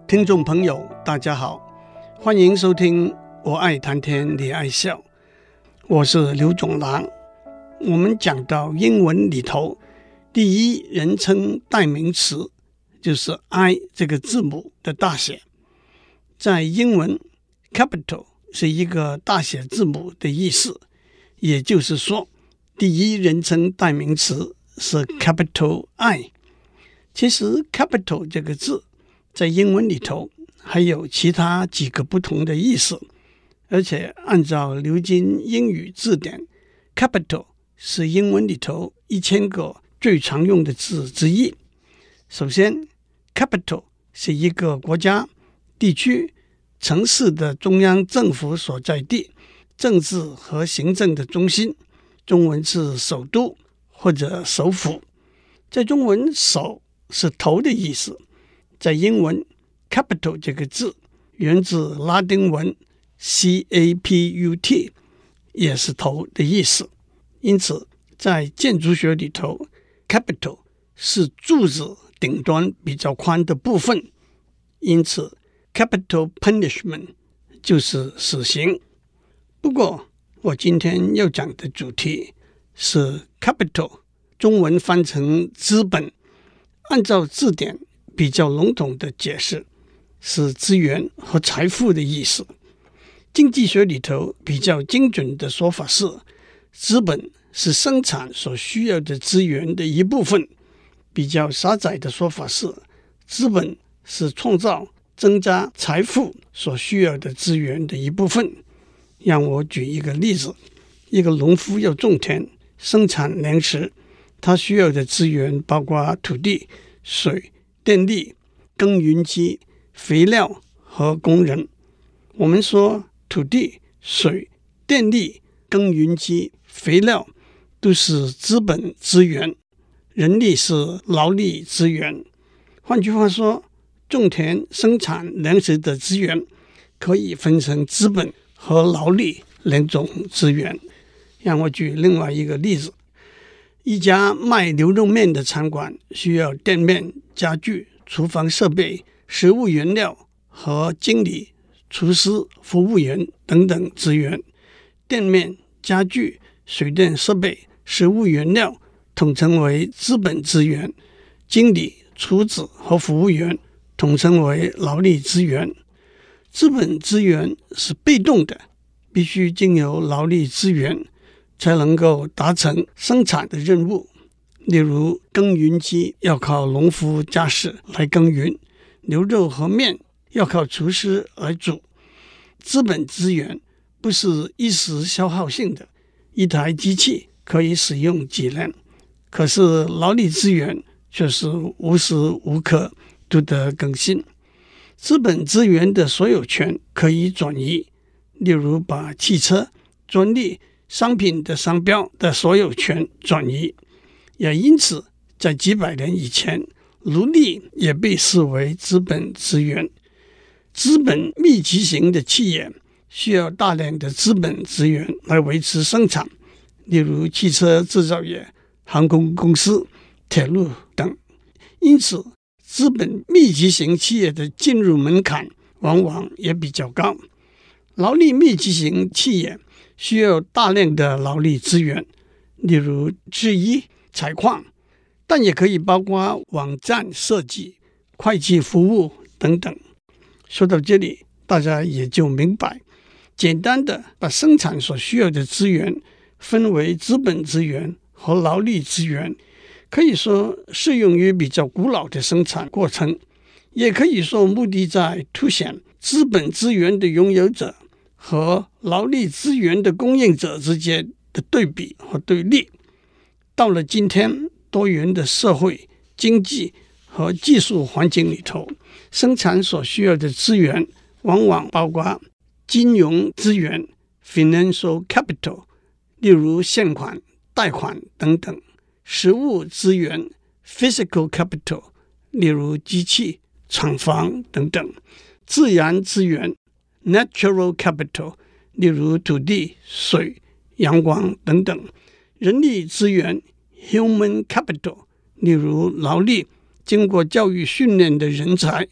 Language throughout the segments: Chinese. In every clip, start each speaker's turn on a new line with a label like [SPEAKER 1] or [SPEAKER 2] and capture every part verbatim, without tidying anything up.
[SPEAKER 1] 听众朋友大家好，欢迎收听我爱谈天你爱笑，我是刘总郎。我们讲到英文里头第一人称代名词就是 I 这个字母的大写。在英文 capital 是一个大写字母的意思，也就是说第一人称代名词是 capital I。 其实 capital 这个字在英文里头还有其他几个不同的意思，而且按照牛津英语字典， capital 是英文里头一千个最常用的字之一。首先 capital 是一个国家、地区、城市的中央政府所在地，政治和行政的中心，中文是首都或者首府。在中文，首是头的意思，在英文 capital 这个字源自拉丁文 C A P U T， 也是头的意思。因此在建筑学里头， capital 是柱子顶端比较宽的部分，因此 capital punishment 就是死刑。不过我今天要讲的主题是 capital 中文翻成资本，按照字典比较笼统的解释是资源和财富的意思。经济学里头比较精准的说法是，资本是生产所需要的资源的一部分。比较狭窄的说法是，资本是创造增加财富所需要的资源的一部分。让我举一个例子，一个农夫要种田生产粮食，他需要的资源包括土地、水、电力、耕耘机、肥料和工人。我们说土地、水、电力、耕耘机、肥料都是资本资源，人力是劳力资源。换句话说，种田生产粮食的资源可以分成资本和劳力两种资源。让我举另外一个例子，一家卖牛肉面的餐馆需要店面、家具、厨房设备、食物原料和经理、厨师、服务员等等资源。店面、家具、水电设备、食物原料统称为资本资源，经理、厨子和服务员统称为劳力资源。资本资源是被动的，必须经由劳力资源才能够达成生产的任务。例如耕耘机要靠农夫家士来耕耘，牛肉和面要靠厨师来煮。资本资源不是一时消耗性的，一台机器可以使用几年，可是劳力资源却是无时无刻都得更新。资本资源的所有权可以转移，例如把汽车、专利、商品的商标的所有权转移。也因此在几百年以前，奴隶也被视为资本资源。资本密集型的企业需要大量的资本资源来维持生产，例如汽车制造业、航空公司、铁路等。因此资本密集型企业的进入门槛往往也比较高。劳力密集型企业需要大量的劳力资源，例如制衣、采矿，但也可以包括网站设计、会计服务等等。说到这里，大家也就明白，简单的把生产所需要的资源分为资本资源和劳力资源，可以说适用于比较古老的生产过程，也可以说目的在凸显资本资源的拥有者和劳力资源的供应者之间的对比和对立。到了今天多元的社会、经济和技术环境里头，生产所需要的资源往往包括金融资源 financial capital， 例如现款、贷款等等；实物资源 physical capital， 例如机器、厂房等等；自然资源 natural capital， 例如土地、水、阳光等等；人力资源 human capital， 例如劳力、经过教育训练的人才、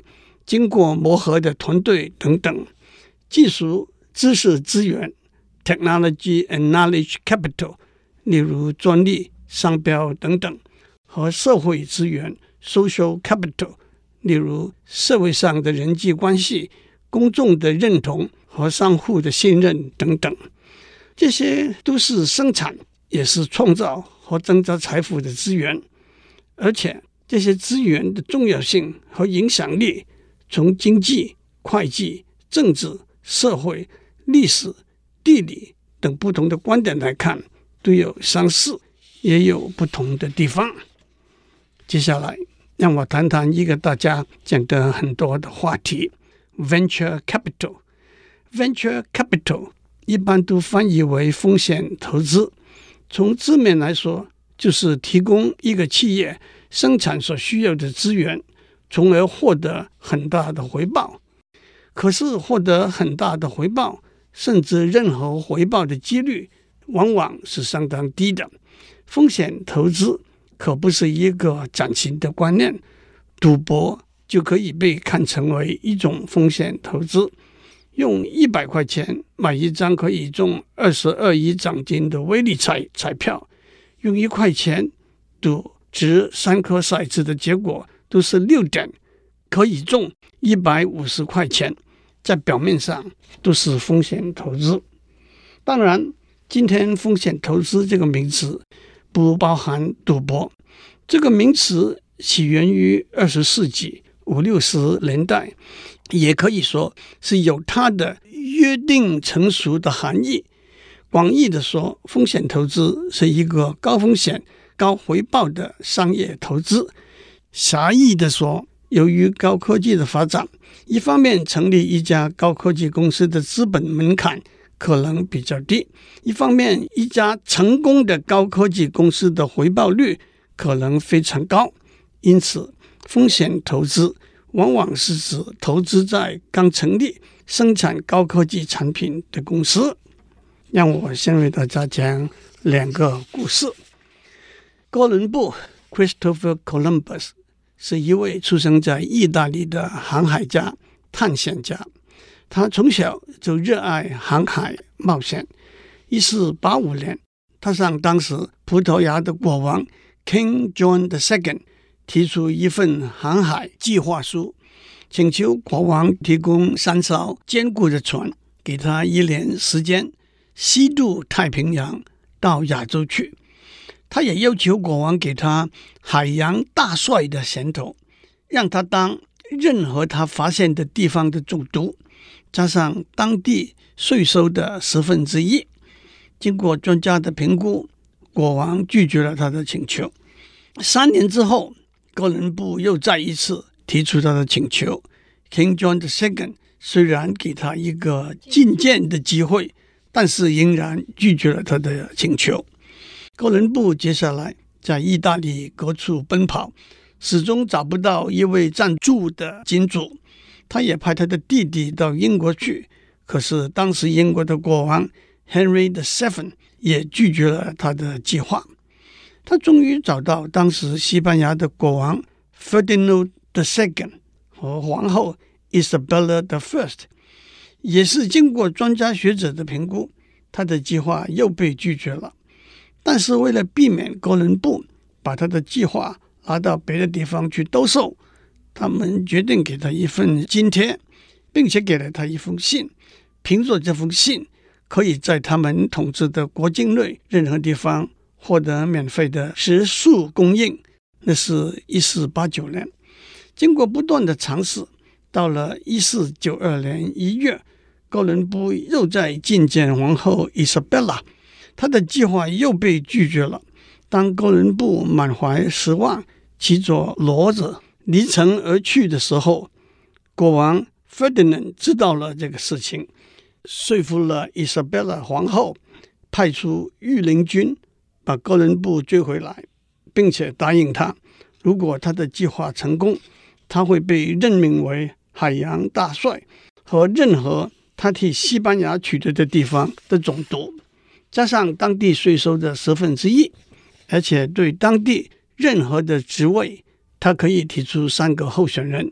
[SPEAKER 1] 经过磨合的团队等等，技术、知识资源 （technology and knowledge capital）， 例如专利、商标等等，和社会资源 （social capital）， 例如社会上的人际关系、公众的认同和商户的信任等等。这些都是生产，也是创造和增加财富的资源，而且这些资源的重要性和影响力，从经济、会计、政治、社会、历史、地理等不同的观点来看，都有相似，也有不同的地方。接下来，让我谈谈一个大家讲的很多的话题 ：Venture Capital。Venture Capital 一般都翻译为风险投资。从字面来说，就是提供一个企业生产所需要的资源，从而获得很大的回报。可是获得很大的回报，甚至任何回报的几率，往往是相当低的。风险投资可不是一个崭新的观念，赌博就可以被看成为一种风险投资。用一百块钱买一张可以中二十二亿奖金的威力彩彩票，用一块钱赌值三颗骰子的结果都是六点，可以中一百五十块钱，在表面上都是风险投资。当然，今天风险投资这个名词不包含赌博。这个名词起源于二十世纪五六十年代，也可以说是有它的约定成熟的含义。广义的说，风险投资是一个高风险高回报的商业投资。狭义的说，由于高科技的发展，一方面成立一家高科技公司的资本门槛可能比较低，一方面一家成功的高科技公司的回报率可能非常高。因此，风险投资往往是指投资在刚成立、生产高科技产品的公司。让我先为大家讲两个故事。哥伦布 Christopher Columbus 是一位出生在意大利的航海家、探险家。他从小就热爱航海冒险。一四八五年，他向当时葡萄牙的国王 King John the Second 提出一份航海计划书，请求国王提供三艘坚固的船，给他一年时间西渡太平洋到亚洲去。他也要求国王给他海洋大帅的衔头，让他当任何他发现的地方的总督，加上当地税收的十分之一。经过专家的评估，国王拒绝了他的请求。三年之后，哥伦布又再一次提出他的请求。King John the Second 虽然给他一个觐见的机会，但是仍然拒绝了他的请求。哥伦布接下来在意大利各处奔跑，始终找不到一位赞助的金主。他也派他的弟弟到英国去，可是当时英国的国王 Henry the Seventh 也拒绝了他的计划。他终于找到当时西班牙的国王 Ferdinand the Second 和皇后 Isabella the First， 也是经过专家学者的评估，他的计划又被拒绝了。但是为了避免哥伦布把他的计划拿到别的地方去兜售，他们决定给他一份津贴，并且给了他一封信。凭着这封信，可以在他们统治的国境内任何地方获得免费的食宿供应。那是一四八九年。经过不断的尝试，到了一四九二年一月，哥伦布又在觐见皇后伊莎贝拉，他的计划又被拒绝了。当哥伦布满怀失望，骑着骡子离城而去的时候，国王 Ferdinand 知道了这个事情，说服了伊莎贝拉皇后，派出御林军把哥伦布追回来，并且答应他，如果他的计划成功，他会被任命为海洋大帅和任何他替西班牙取得的地方的总督，加上当地税收的十分之一，而且对当地任何的职位，他可以提出三个候选人，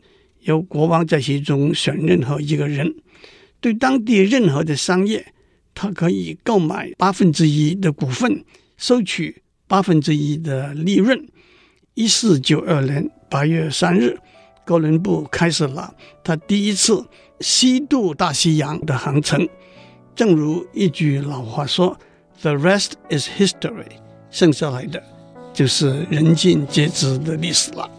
[SPEAKER 1] 由国王在其中选任何一个人，对当地任何的商业，他可以购买八分之一的股份，收取八分之一的利润。一四九二年八月三日，哥伦布开始了他第一次西渡大西洋的航程。正如一句老话说 The rest is history， 剩下来的就是人尽皆知的历史了。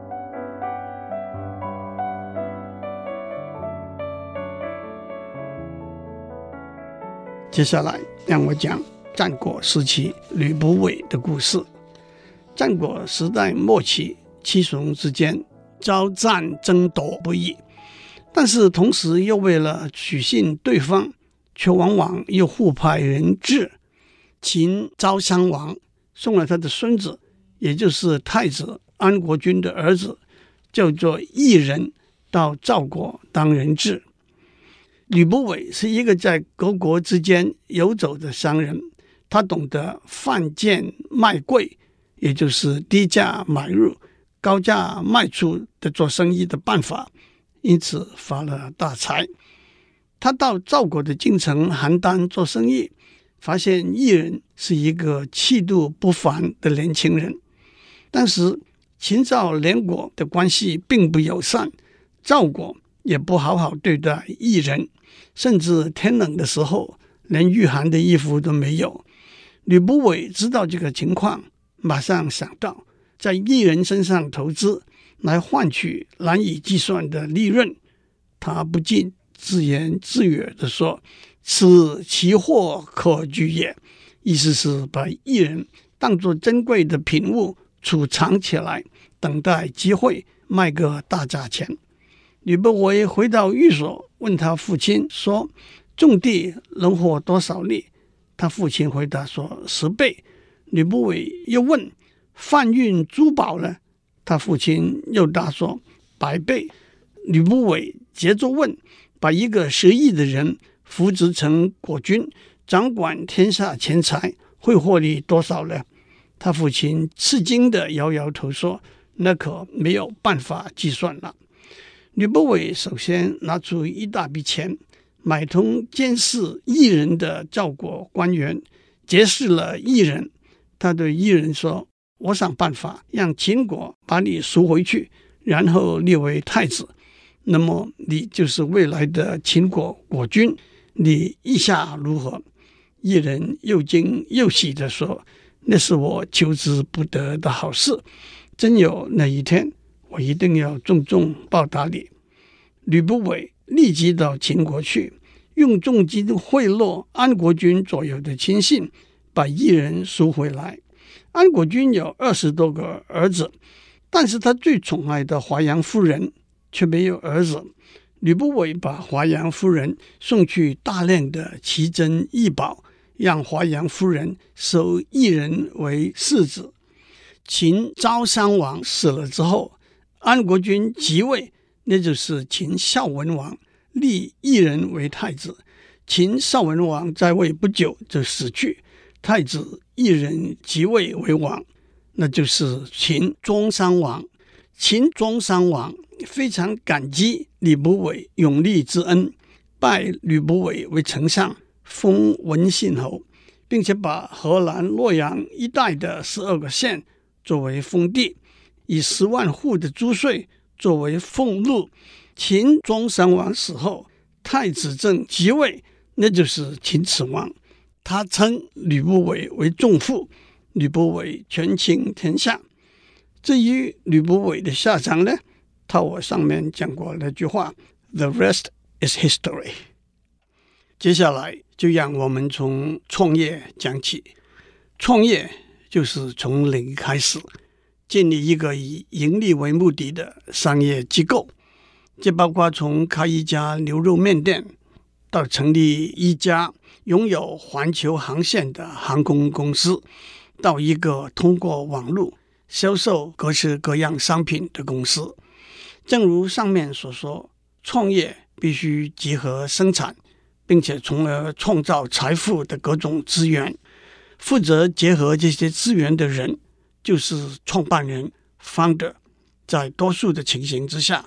[SPEAKER 1] 接下来让我讲战国时期吕不韦的故事。战国时代末期，七雄之间交战争夺不已，但是同时又为了取信对方，却往往又互派人质。秦昭襄王送了他的孙子，也就是太子安国君的儿子，叫做异人，到赵国当人质。吕不韦是一个在各国之间游走的商人，他懂得贩贱卖贵，也就是低价买入高价卖出的做生意的办法，因此发了大财。他到赵国的京城邯郸做生意，发现异人是一个气度不凡的年轻人。当时秦赵两国的关系并不友善，赵国也不好好对待异人，甚至天冷的时候连御寒的衣服都没有。吕不韦知道这个情况，马上想到在异人身上投资，来换取难以计算的利润。他不禁自言自语地说：此奇货可居也，意思是把异人当作珍贵的品物储藏起来，等待机会卖个大价钱。吕不韦回到寓所，问他父亲说：种地能获多少利？他父亲回答说：十倍。吕不韦又问：贩运珠宝呢？他父亲又答说：百倍。吕不韦接着问：把一个十亿的人扶植成国君，掌管天下钱财，会获利多少呢？他父亲吃惊地摇摇头说：那可没有办法计算了。吕不韦首先拿出一大笔钱，买通监视异人的赵国官员，结识了异人。他对异人说：我想办法让秦国把你赎回去，然后立为太子，那么你就是未来的秦国国君，你意下如何？异人又惊又喜地说：那是我求之不得的好事，真有那一天，我一定要重重报答你。吕不韦立即到秦国去，用重金贿赂安国君左右的亲信，把异人赎回来。安国君有二十多个儿子，但是他最宠爱的华阳夫人却没有儿子。吕不韦把华阳夫人送去大量的奇珍异宝，让华阳夫人收异人为世子。秦昭襄王死了之后，安国君即位，那就是秦孝文王，立异人为太子。秦孝文王在位不久就死去，太子异人即位为王，那就是秦庄襄王。秦庄襄王非常感激吕不韦永历之恩，拜吕不韦为丞相，封文信侯，并且把河南洛阳一带的十二个县作为封地，以十万户的租税作为俸禄。秦庄襄王死后，太子正即位，那就是秦始皇。他称吕不韦为仲父，吕不韦权倾天下。至于吕不韦的下场呢，他我上面讲过那句话 The rest is history。 接下来就让我们从创业讲起。创业就是从零开始，建立一个以盈利为目的的商业机构，这包括从开一家牛肉面店，到成立一家拥有环球航线的航空公司，到一个通过网络销售各式各样商品的公司。正如上面所说，创业必须结合生产，并且从而创造财富的各种资源。负责结合这些资源的人就是创办人 founder。在多数的情形之下，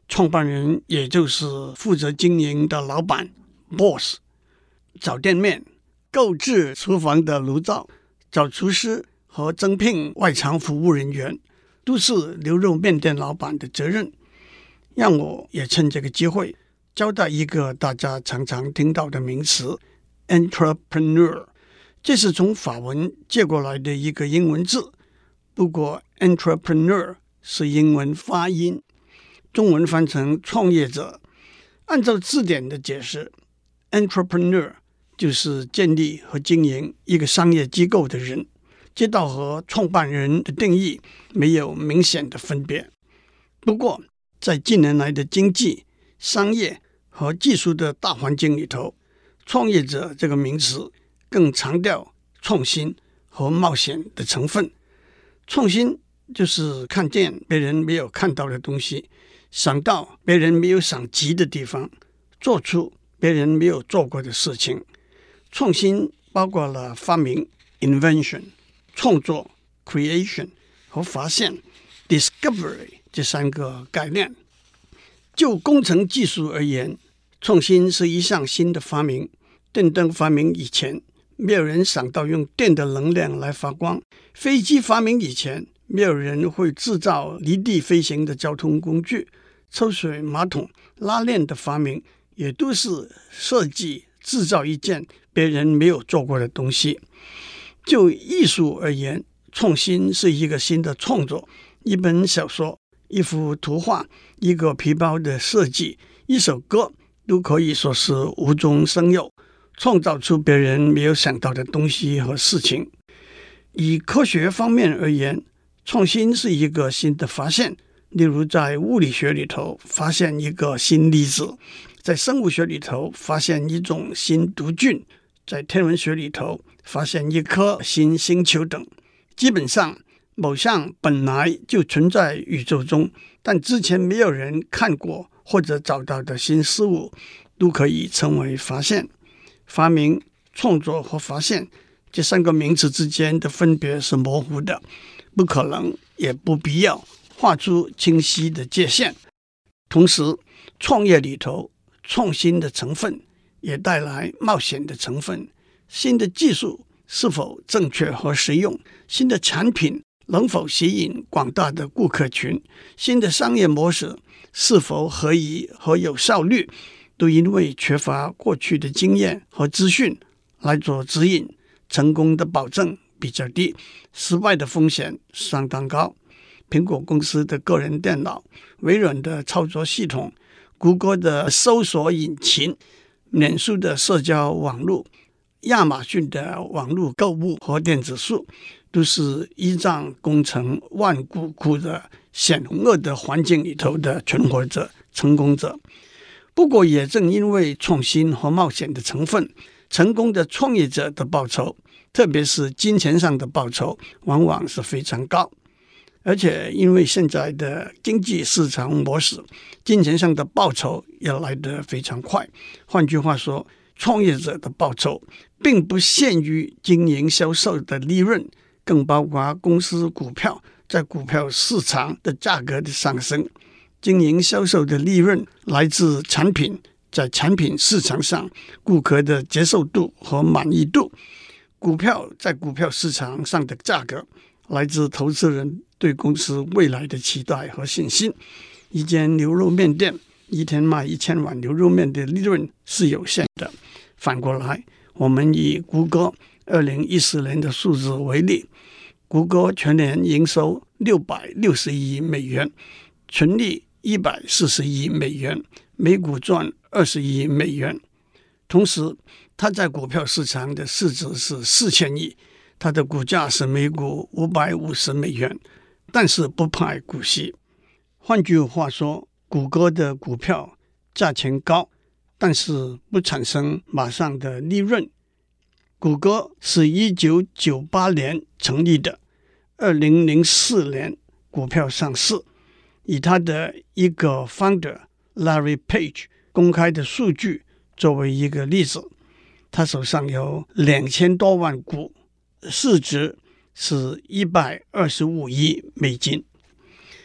[SPEAKER 1] 创办人也就是负责经营的老板 boss， 找店面、购置厨房的炉灶、找厨师和增聘外场服务人员，都是牛肉面店老板的责任。让我也趁这个机会交代一个大家常常听到的名词 entrepreneur， 这是从法文借过来的一个英文字，不过 entrepreneur 是英文发音，中文翻成创业者。按照字典的解释， entrepreneur 就是建立和经营一个商业机构的人，这倒和创办人的定义没有明显的分别。不过在近年来的经济、商业和技术的大环境里头，创业者这个名词更强调创新和冒险的成分。创新就是看见别人没有看到的东西，想到别人没有想及的地方，做出别人没有做过的事情。创新包括了发明 invention、 创作 creation 和发现 discovery 这三个概念。就工程技术而言，创新是一项新的发明。电灯发明以前，没有人想到用电的能量来发光；飞机发明以前，没有人会制造离地飞行的交通工具。抽水马桶、拉链的发明也都是设计制造一件别人没有做过的东西。就艺术而言，创新是一个新的创作，一本小说、一幅图画、一个皮包的设计、一首歌，都可以说是无中生有，创造出别人没有想到的东西和事情。以科学方面而言，创新是一个新的发现，例如在物理学里头发现一个新粒子，在生物学里头发现一种新毒菌，在天文学里头发现一颗新星球等。基本上某项本来就存在宇宙中，但之前没有人看过或者找到的新事物，都可以称为发现。发明、创作和发现这三个名词之间的分别是模糊的，不可能也不必要画出清晰的界限。同时，创业里头创新的成分也带来冒险的成分。新的技术是否正确和实用？新的产品能否吸引广大的顾客群？新的商业模式是否合宜和有效率？都因为缺乏过去的经验和资讯来做指引，成功的保证比较低，失败的风险相当高。苹果公司的个人电脑、微软的操作系统、谷歌的搜索引擎、脸书的社交网络、亚马逊的网络购物和电子书，都是依仗工程万骨枯的险恶的环境里头的存活者、成功者。不过也正因为创新和冒险的成分，成功的创业者的报酬，特别是金钱上的报酬，往往是非常高。而且因为现在的经济市场模式，金钱上的报酬也来得非常快。换句话说，创业者的报酬并不限于经营销售的利润，更包括公司股票在股票市场的价格的上升。经营销售的利润来自产品在产品市场上顾客的接受度和满意度，股票在股票市场上的价格来自投资人对公司未来的期待和信心。一间牛肉面店一天卖一千碗牛肉面的利润是有限的。反过来，我们以谷歌二零一四年的数字为例，谷歌全年营收六百六十亿美元，纯利一百四十亿美元，每股赚二十亿美元。同时，它在股票市场的市值是四千亿，它的股价是每股五百五十美元，但是不派股息。换句话说，谷歌的股票价钱高，但是不产生马上的利润。谷歌是一九九八年成立的，二零零四年股票上市。以他的一个 founder Larry Page 公开的数据作为一个例子，他手上有两千多万股，市值是一百二十五亿美金。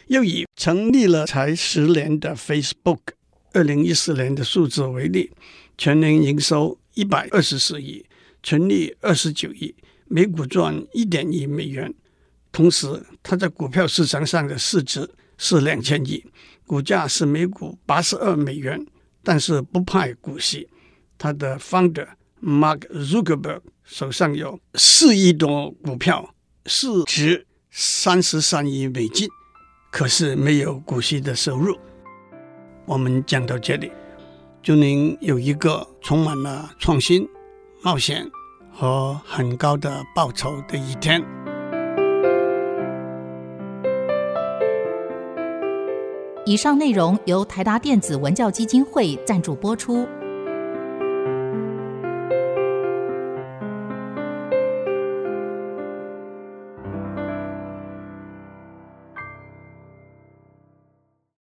[SPEAKER 1] 又以成立了才十年的 Facebook 二零一四年的数字为例，全年营收一百二十四亿，纯利二十九亿，每股赚一点一美元。同时它在股票市场上的市值是两千亿，股价是每股八十二美元，但是不派股息。他的 founder Mark Zuckerberg 手上有四亿多股票，市值三十三亿美金，可是没有股息的收入。我们讲到这里，祝您有一个充满了创新、冒险和很高的报酬的一天。
[SPEAKER 2] 以上内容由台达电子文教基金会赞助播出。